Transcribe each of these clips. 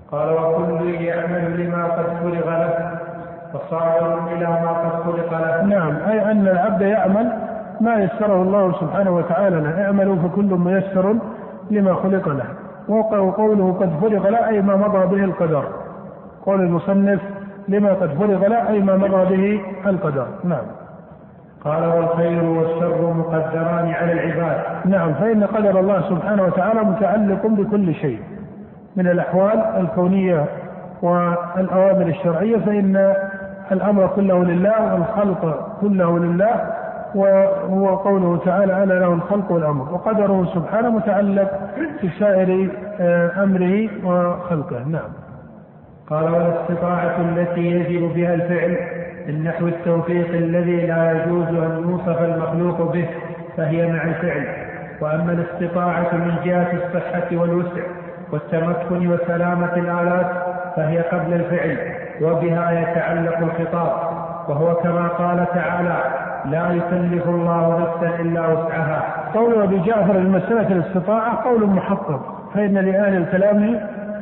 قال وكل يعمل لما قد فرغ له فصائر إلى ما قد خلق له. نعم، أي أن العبد يعمل ما يسره الله سبحانه وتعالى له. اعملوا فكل ميسر لما خلق له. وقوله قد فرغ له أي ما مضى به القدر. قول المصنف لما قد فرغ له أي ما مضى به القدر. نعم. قال والخير والشر مقدران على العباد. نعم، فإن قدر الله سبحانه وتعالى متعلق بكل شيء من الأحوال الكونية والأوامر الشرعية، فإن الأمر كله لله والخلق كله لله، وهو قوله تعالى ألا له الخلق والأمر. وقدره سبحانه متعلق في سائر أمره وخلقه. نعم. قال والاستطاعة التي يجب بها الفعل من نحو التوفيق الذي لا يجوز أن يوصف المخلوق به فهي مع الفعل. وأما الاستطاعة من جهة الصحة والوسع والتمكن وسلامة الآلات فهي قبل الفعل، وبها يتعلق الخطاب، وهو كما قال تعالى لا يكلف الله نفسا إلا وسعها. قول أبي جعفر المسألة الاستطاعة قول محقق، فإن لأهل الكلام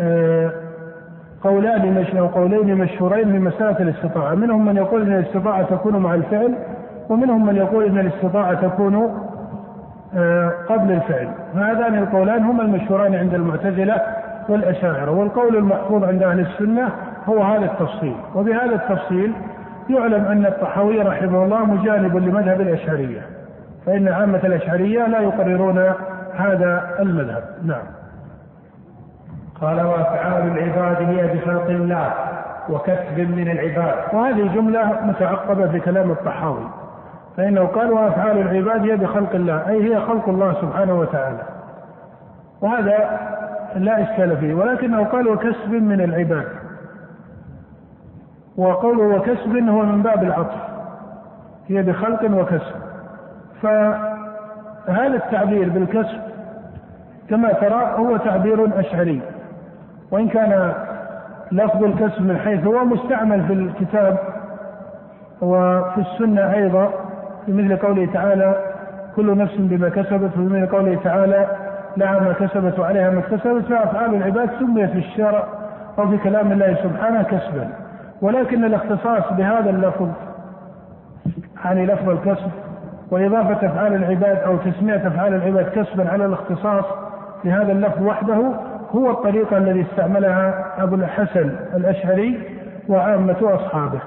قولين مشهورين في مسألة الاستطاعة. منهم من يقول أن الاستطاعة تكون مع الفعل، ومنهم من يقول أن الاستطاعة تكون قبل الفعل. فهذان القولان هما المشهوران عند المعتزلة والأشاعرة. والقول المحفوظ عند أهل السنة هو هذا التفصيل. وبهذا التفصيل يعلم أن الطحاوي رحمه الله مجانب لمذهب الأشعرية، فإن عامة الأشعرية لا يقررون هذا المذهب. نعم. قال وأفعال العباد هي بخلق الله وكسب من العباد. وهذه جملة متعقبة في كلام الطحاوي، فإنه قال وأفعال العباد هي بخلق الله، أي هي خلق الله سبحانه وتعالى، وهذا لا إشكال فيه. ولكنه قال وكسب من العباد، وقوله وكسب هو من باب العطف، هي بخلق وكسب. فهذا التعبير بالكسب كما ترى هو تعبير أشعري، وإن كان لفظ الكسب من حيث هو مستعمل في الكتاب وفي السنة أيضا، في مثل قوله تعالى كل نفس بما كسبت، وفي مثل قوله تعالى لها ما كسبت وعليها ما اكتسبت. فأفعال العباد سميت في الشرع أو في كلام الله سبحانه كسبا، ولكن الاختصاص بهذا اللفظ يعني لفظ الكسب وإضافة أفعال العباد أو تسمية أفعال العباد كسبا على الاختصاص في هذا اللفظ وحده هو الطريقة الذي استعملها أبو الحسن الأشعري وعامة أصحابه.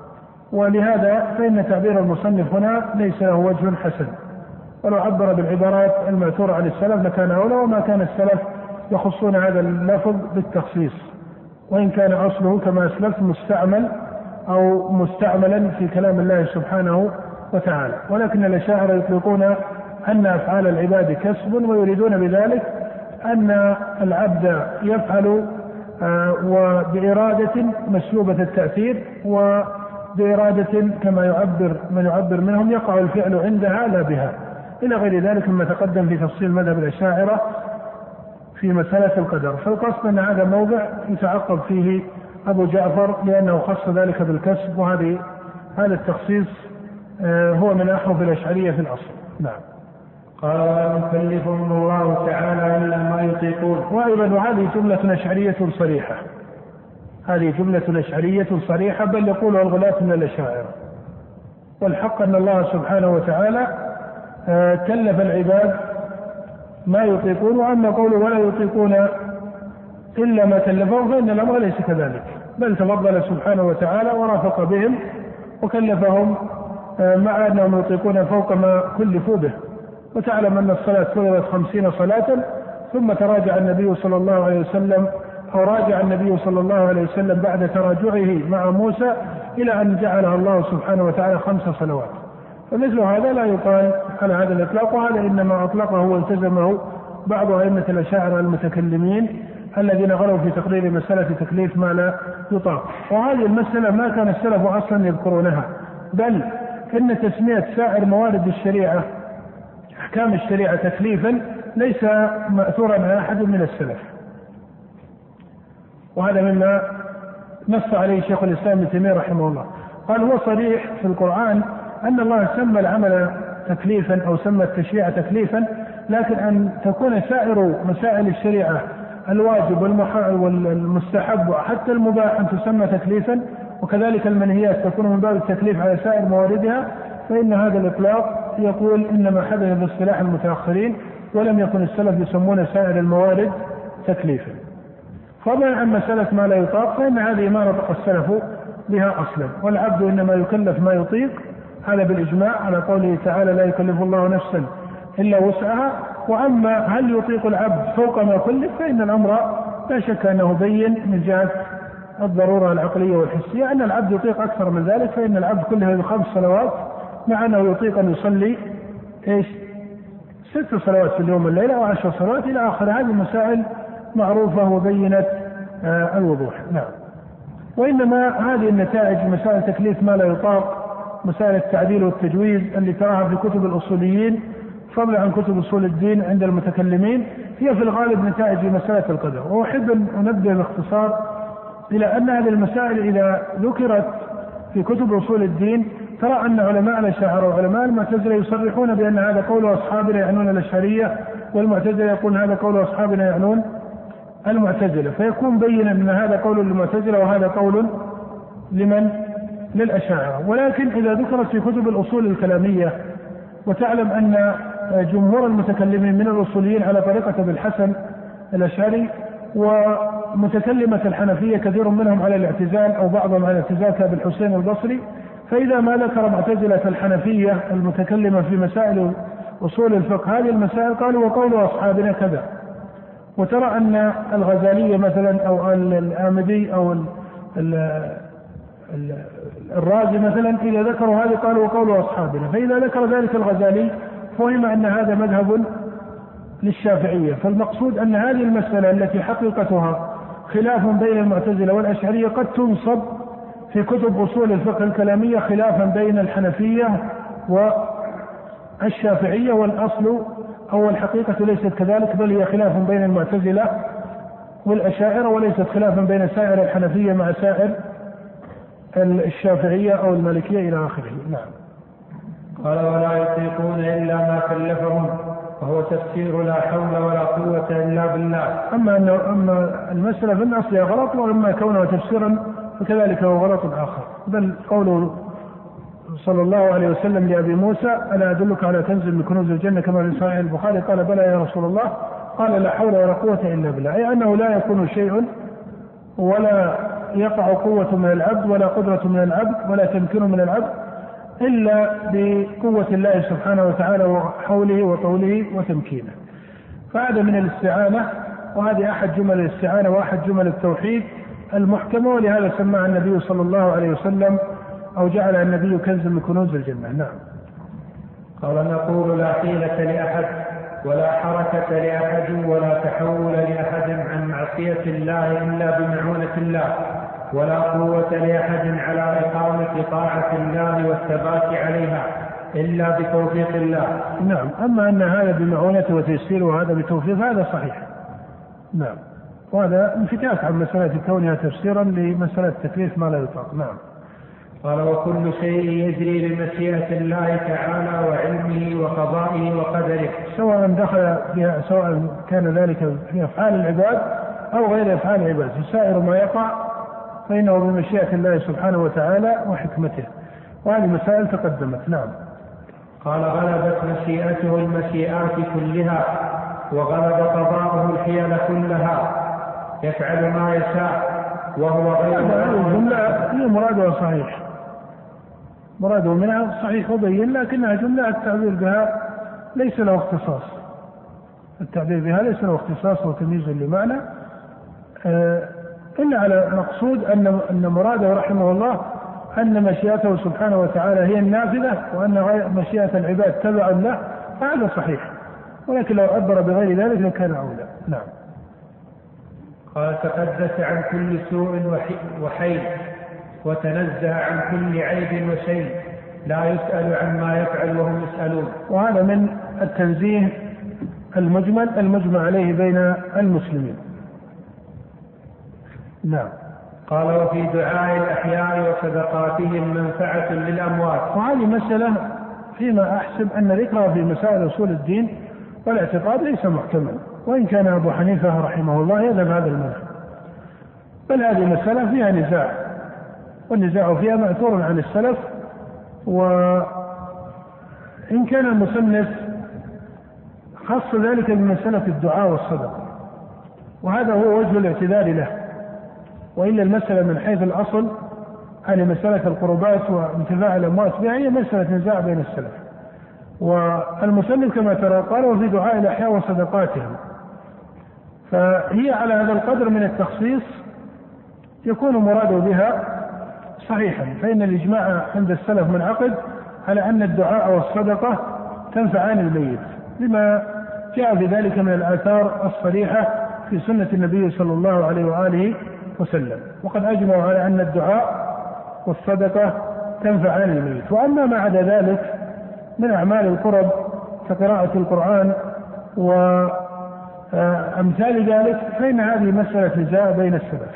ولهذا فإن تعبير المصنف هنا ليس له وجه حسن، ولو عبر بالعبارات المأثورة عن السلف لكان أولى، وما كان السلف يخصون هذا اللفظ بالتخصيص، وإن كان أصله كما أسلفت مستعمل أو مستعملا في كلام الله سبحانه وتعالى. ولكن الأشاعرة يطلقون أن أفعال العباد كسب، ويريدون بذلك أن العبد يفعل وبإرادة مسلوبة التأثير، وبإرادة كما يعبر من يعبر منهم يقع الفعل عندها لا بها، إلى غير ذلك مما تقدم في تفصيل مذهب الأشاعرة في مسألة القدر. فالقصد أن هذا موضع يتعقب فيه أبو جعفر لأنه خص ذلك بالكسب، هذا التخصيص هو من أحرف الأشعرية في الأصل. نعم. قال ولا يكلفهم الله تعالى إلا ما يطيقون. وأيضا وهذه جملة أشعرية صريحة، هذه جملة أشعرية صريحة، بل يقولها الغلاة من الأشاعرة. والحق أن الله سبحانه وتعالى كلف العباد ما يطيقون، وأما قوله ولا يطيقون إلا ما كلفهم فإن الأمر ليس كذلك، بل تفضل سبحانه وتعالى ورافق بهم وكلفهم مع أنهم يطيقون فوق ما كلفوا به. وتعلم أن الصلاة فرضت 50 صلاة، ثم تراجع النبي صلى الله عليه وسلم أو راجع النبي صلى الله عليه وسلم بعد تراجعه مع موسى إلى أن جعلها الله سبحانه وتعالى 5 صلوات. فمثل هذا لا يقال على هذا الإطلاق، وهذا إنما أطلقه والتزمه بعض أئمة الأشاعرة المتكلمين الذين غلوا في تقرير مسألة تكليف ما لا يطاق. وهذه المسألة ما كان السلف أصلا يذكرونها، بل إن تسمية سائر موارد الشريعة أحكام الشريعة تكليفا ليس مأثورا عن أحد من السلف، وهذا مما نص عليه شيخ الإسلام ابن تيمية رحمه الله. قال هو صريح في القرآن أن الله سمى العمل تكليفا أو سمى التشريع تكليفا، لكن أن تكون سائر مسائل الشريعة الواجب والمستحب وحتى المباح أن تسمى تكليفا، وكذلك المنهيات تكون من باب التكليف على سائر مواردها، فإن هذا الإطلاق يقول إنما حدث باصطلاح المتأخرين، ولم يكن السلف يسمون سائر الموارد تكليفا. فضلا عن مسألة ما لا يطاق فإن هذه ما نطق السلف بها أصلا، والعبد إنما يكلف ما يطيق، هذا بالإجماع على قوله تعالى لا يكلف الله نفسا إلا وسعها. وأما هل يطيق العبد فوق ما كلف فإن الأمر لا شك أنه بين من جهة الضرورة العقلية والحسية أن العبد يطيق أكثر من ذلك، فإن العبد كله 5 صلوات مع أنه يطيق أن يصلي 6 صلوات في اليوم والليلة و10 صلوات إلى آخر. هذه المسائل معروفة وبينت الوضوح. نعم. وإنما هذه النتائج مسائل تكليف ما لا يطاق، مسائل التعديل والتجويز اللي تراها في كتب الأصوليين فضلا عن كتب أصول الدين عند المتكلمين، هي في الغالب نتائج مسألة القدر. وأحب أن أنبه باختصار إلى أن هذه المسائل إذا ذكرت في كتب أصول الدين ترى أن علماء الأشاعرة وعلماء المعتزلة يصرحون بأن هذا قول أصحابنا يعنون الأشعرية، والمعتزلة يقول هذا قول أصحابنا يعنون المعتزلة، فيكون بينا أن هذا قول للمعتزلة وهذا قول للأشاعرة. ولكن إذا ذكرت في كتب الأصول الكلامية، وتعلم أن جمهور المتكلمين من الأصوليين على طريقة ابن الحسن الأشعري، ومتكلمة الحنفية كثير منهم على الاعتزال أو بعضهم على الاعتزال كابن الحسين البصري، فإذا ما ذكر معتزلة الحنفية المتكلمة في مسائل أصول الفقه هذه المسائل قالوا وقول أصحابنا كذا. وترى أن الغزالية مثلا أو الآمدي أو الرازي مثلا إذا ذكروا هذه قالوا وقول أصحابنا، فإذا ذكر ذلك الغزالي فهم أن هذا مذهب للشافعية. فالمقصود أن هذه المسألة التي حقيقتها خلاف بين المعتزلة والأشعرية قد تنصب في كتب أصول الفقه الكلامية خلافا بين الحنفية والشافعية، والأصل أو الحقيقة ليست كذلك، بل هي خلاف بين المعتزلة والأشاعرة، وليست خلافا بين سائر الحنفية مع سائر الشافعية أو المالكية إلى آخره. نعم. قال ولا يطيقون إلا ما كلفهم، وهو تفسير لا حول ولا قوة إلا بالله. أما المسألة في الأصل غلط، وأما كونه تفسيرا فكذلك هو غلط آخر. بل قوله صلى الله عليه وسلم لأبي موسى ألا أدلك على كنز من كنوز الجنة كما في صحيح البخاري، قال بلى يا رسول الله، قال لا حول ولا قوة إلا بالله، أي أنه لا يكون شيء ولا يقع قوة من العبد ولا قدرة من العبد ولا تمكن من العبد إلا بقوة الله سبحانه وتعالى وحوله وطوله وتمكينه. فهذا من الاستعانة، وهذه أحد جمل الاستعانة وأحد جمل التوحيد المحكمة، ولهذا سماها النبي صلى الله عليه وسلم أو جعل النبي كنز من كنوز الجنة. نعم. قال نقول لا حيلة لأحد ولا حركة لأحد ولا تحول لأحد عن معصية الله إلا بمعونة الله، ولا قوة لأحد على إقامة طاعة الله والثبات عليها إلا بتوفيق الله. نعم. أما أن هذا بمعونة وتيسير وهذا بتوفيق هذا صحيح. نعم. وهذا انفتاح عن مسألة كونها تفسيرا لمسألة تكليف ما لا يطاق. نعم. قال وكل شيء يجري بمشيئة الله تعالى وعلمه وقضائه وقدره، سواء دخل بها سواء كان ذلك في أفعال العباد أو غير أفعال العباد، فسائر ما يقع فإنه بمشيئة الله سبحانه وتعالى وحكمته، وهذه مسائل تقدمت. نعم. قال غلبت مشيئته المشيئات كلها، وغلب قضاؤه الحيل كلها، يفعل ما يشاء وهو غير الجملة هي مراده صحيح، مراده منها صحيح وبين، لكنها جملة التعبير بها ليس له اختصاص، التعبير بها ليس له اختصاص وتمييز لمعنى، إلا على مقصود أن مراده رحمه الله أن مشيئته سبحانه وتعالى هي النافذة، وأن مشيئة العباد تبع له، فهذا صحيح، ولكن لو عبر بغير ذلك لكان أولى. نعم. قال تقدس عن كل سوء وحيل، وتنزه عن كل عيب وشيء، لا يسأل عما يفعل وهم يسألون. وهذا من التنزيه المجمع عليه بين المسلمين. نعم. قال وفي دعاء الأحياء وصدقاتهم منفعة للأموات. وهذه مسألة فيما أحسب أن ذكرها في مسائل أصول الدين والاعتقاد ليس محتمل، وإن كان أبو حنيفة رحمه الله يذهب هذا المذهب. بل هذه مسألة فيها نزاع، والنزاع فيها مأثور عن السلف. وإن كان المصنف خص ذلك بمسألة الدعاء والصدقة، وهذا هو وجه الاعتذار له، وإلا المسألة من حيث الأصل هذه مسألة القربات وانتفاع الأموات بها هي مسألة نزاع بين السلف. والمصنف كما ترى قال وفي دعاء الأحياء وصدقاتهم، فهي على هذا القدر من التخصيص يكون مراده بها صحيحا، فإن الإجماع عند السلف منعقد على أن الدعاء والصدقة تنفعان الميت، لما جاء بذلك من الآثار الصريحة في سنة النبي صلى الله عليه وآله وسلم. وقد أجمعوا على أن الدعاء والصدقة تنفعان الميت. وأما ما عدا ذلك من أعمال القرب كقراءة القرآن وأمثال ذلك فإن هذه مسألة نزاع بين السلف،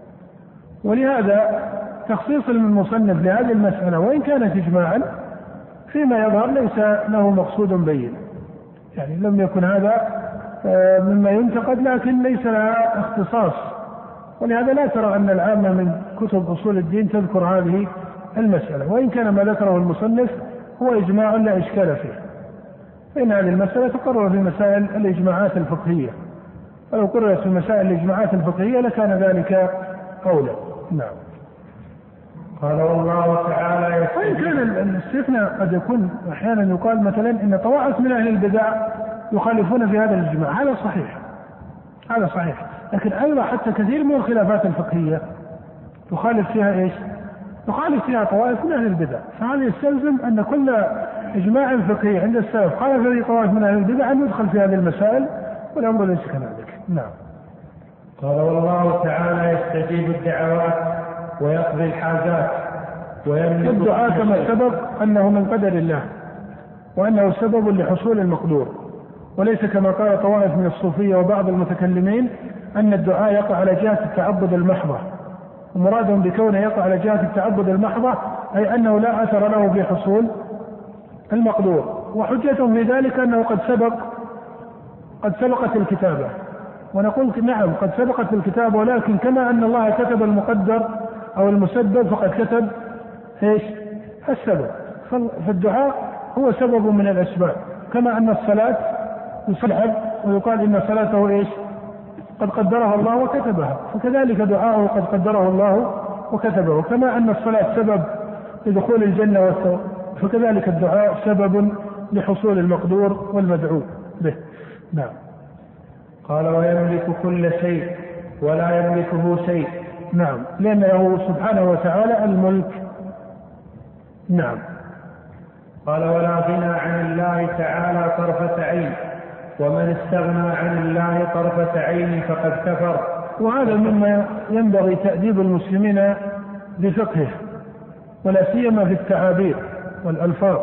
ولهذا تخصيص المصنف لهذه المسألة وإن كانت إجماعا فيما يظهر ليس له مقصود بين، يعني لم يكن هذا مما ينتقد، لكن ليس لها اختصاص، ولهذا لا ترى أن العامة من كتب أصول الدين تذكر هذه المسألة، وإن كان ما ذكره المصنف هو إجماع لا إشكال فيه، فإن هذه المسألة تقرر في مسائل الإجماعات الفقهية، فلو قررت في مسائل الإجماعات الفقهية لكان ذلك أولى. نعم. قال والله تعالى وإن كان الاستثناء قد يكون أحيانا يقال مثلا إن طوائف من أهل البدع يخالفون في هذا الإجماع، هذا صحيح، هذا صحيح، لكن أيضا حتى كثير من الخلافات الفقهية تخالف فيها إيش؟ تخالف فيها طوائف من أهل البدع، فهذا يستلزم أن كل إجماع فقهي عند السلف خالف فيه طوائف من أهل البدع أن يدخل في هذه المسائل، والأمر ليس كذلك. نعم. قال والله تعالى يستجيب الدعوات ويقضي الحاجات ويملك الدعاء كما سبق أنه من قدر الله وأنه سبب لحصول المقدور، وليس كما قال طوائف من الصوفية وبعض المتكلمين أن الدعاء يقع على جهة التعبد المحضة، ومرادهم بكونه يقع على جهة التعبد المحضة أي أنه لا أثر له في حصول المقدور، وحجتهم في ذلك أنه قد سبقت الكتابة، ونقول نعم قد سبقت الكتابة، ولكن كما أن الله كتب المقدر أو المسبب فقد كتب إيش؟ السبب، فالدعاء هو سبب من الأسباب، كما أن الصلاة يصلح ويقال إن صلاته إيش؟ قد قدرها الله وكتبها، فكذلك دعاءه قد قدره الله وكتبه، كما أن الصلاة سبب لدخول الجنة والثواب، فكذلك الدعاء سبب لحصول المقدور والمدعو به. نعم. قال ويملك كل شيء ولا يملكه شيء. نعم، لأن له سبحانه وتعالى الملك. نعم. قال ولا غنى عن الله تعالى طرفة عين، ومن استغنى عن الله طرفة عين فقد كفر. وهذا مما ينبغي تأديب المسلمين بفقهه، ولا سيما في التعابير والألفاظ،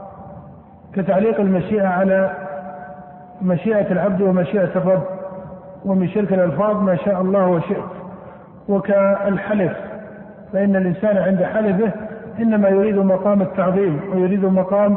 كتعليق المشيئة على مشيئة العبد ومشيئة الرب، ومن شرك الألفاظ ما شاء الله وشئت، وكالحلف، فإن الإنسان عند حلفه إنما يريد مقام التعظيم ويريد مقام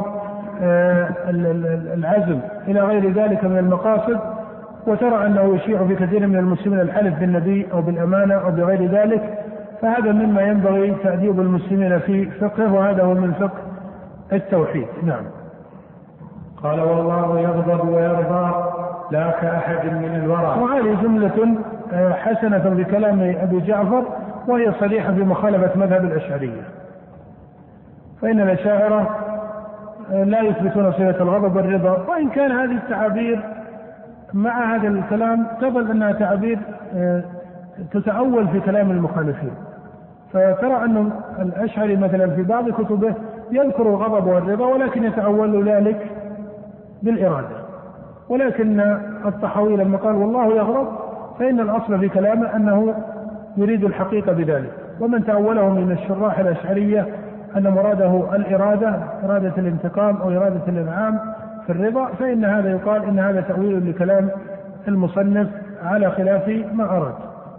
العزم إلى غير ذلك من المقاصد، وترى أنه يشيع في كثير من المسلمين الحلف بالنبي أو بالأمانة أو بغير ذلك، فهذا مما ينبغي تأديب المسلمين في فقه، وهذا هو من فقه التوحيد. نعم. قال والله يغضب ويرضى لا كأحد من الورى. وهذه جملة حسنة بكلام أبي جعفر، وهي صريحة بمخالفة مذهب الأشعرية، فإن الأشاعرة لا يثبتون صفة الغضب والرضا، وإن كان هذه التعابير مع هذا الكلام تظل أنها تعابير تتأول في كلام المخالفين، فترى أن الأشعري مثلا في بعض كتبه يذكر الغضب والرضا ولكن يتأول ذلك بالإرادة، ولكن الطحاوي لما قال والله يغضب فإن الأصل في كلامه أنه يريد الحقيقة بذلك، ومن تأوله من الشراح الأشعرية أن مراده الإرادة، إرادة الانتقام أو إرادة الإنعام في الرضا، فإن هذا يقال إن هذا تأويل لكلام المصنف على خلاف ما أراد.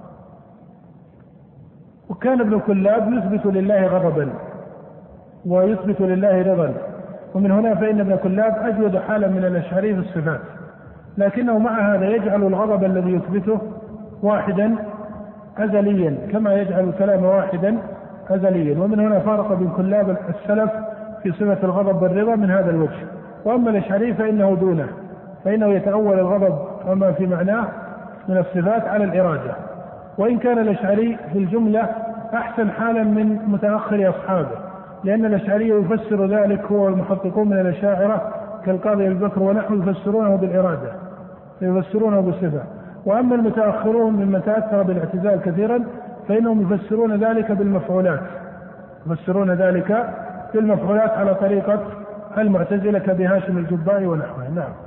وكان ابن كلاب يثبت لله غضبا ويثبت لله رضا، ومن هنا فإن ابن كلاب أجود حالا من الأشعري في الصفات، لكنه مع هذا يجعل الغضب الذي يثبته واحدا أزليا كما يجعل الكلام واحدا أزليا. ومن هنا فارق بين كلاب السلف في صفة الغضب والرضا من هذا الوجه. وأما الأشعري فإنه دونه، فإنه يتأول الغضب وما في معناه من الصفات على الإرادة، وإن كان الأشعري في الجملة أحسن حالا من متأخر أصحابه، لأن الأشعري يفسر ذلك هو المحققون من الأشاعرة كالقاضي البكر ونحو يفسرونه بالإرادة، يفسرونه بالصفة. وأما المتأخرون ممن تأثر بالاعتزال كثيرا فإنهم يفسرون ذلك بالمفعولات، يفسرون ذلك بالمفعولات على طريقة المعتزلة كبهاشم الجبائي ونحوه. نعم.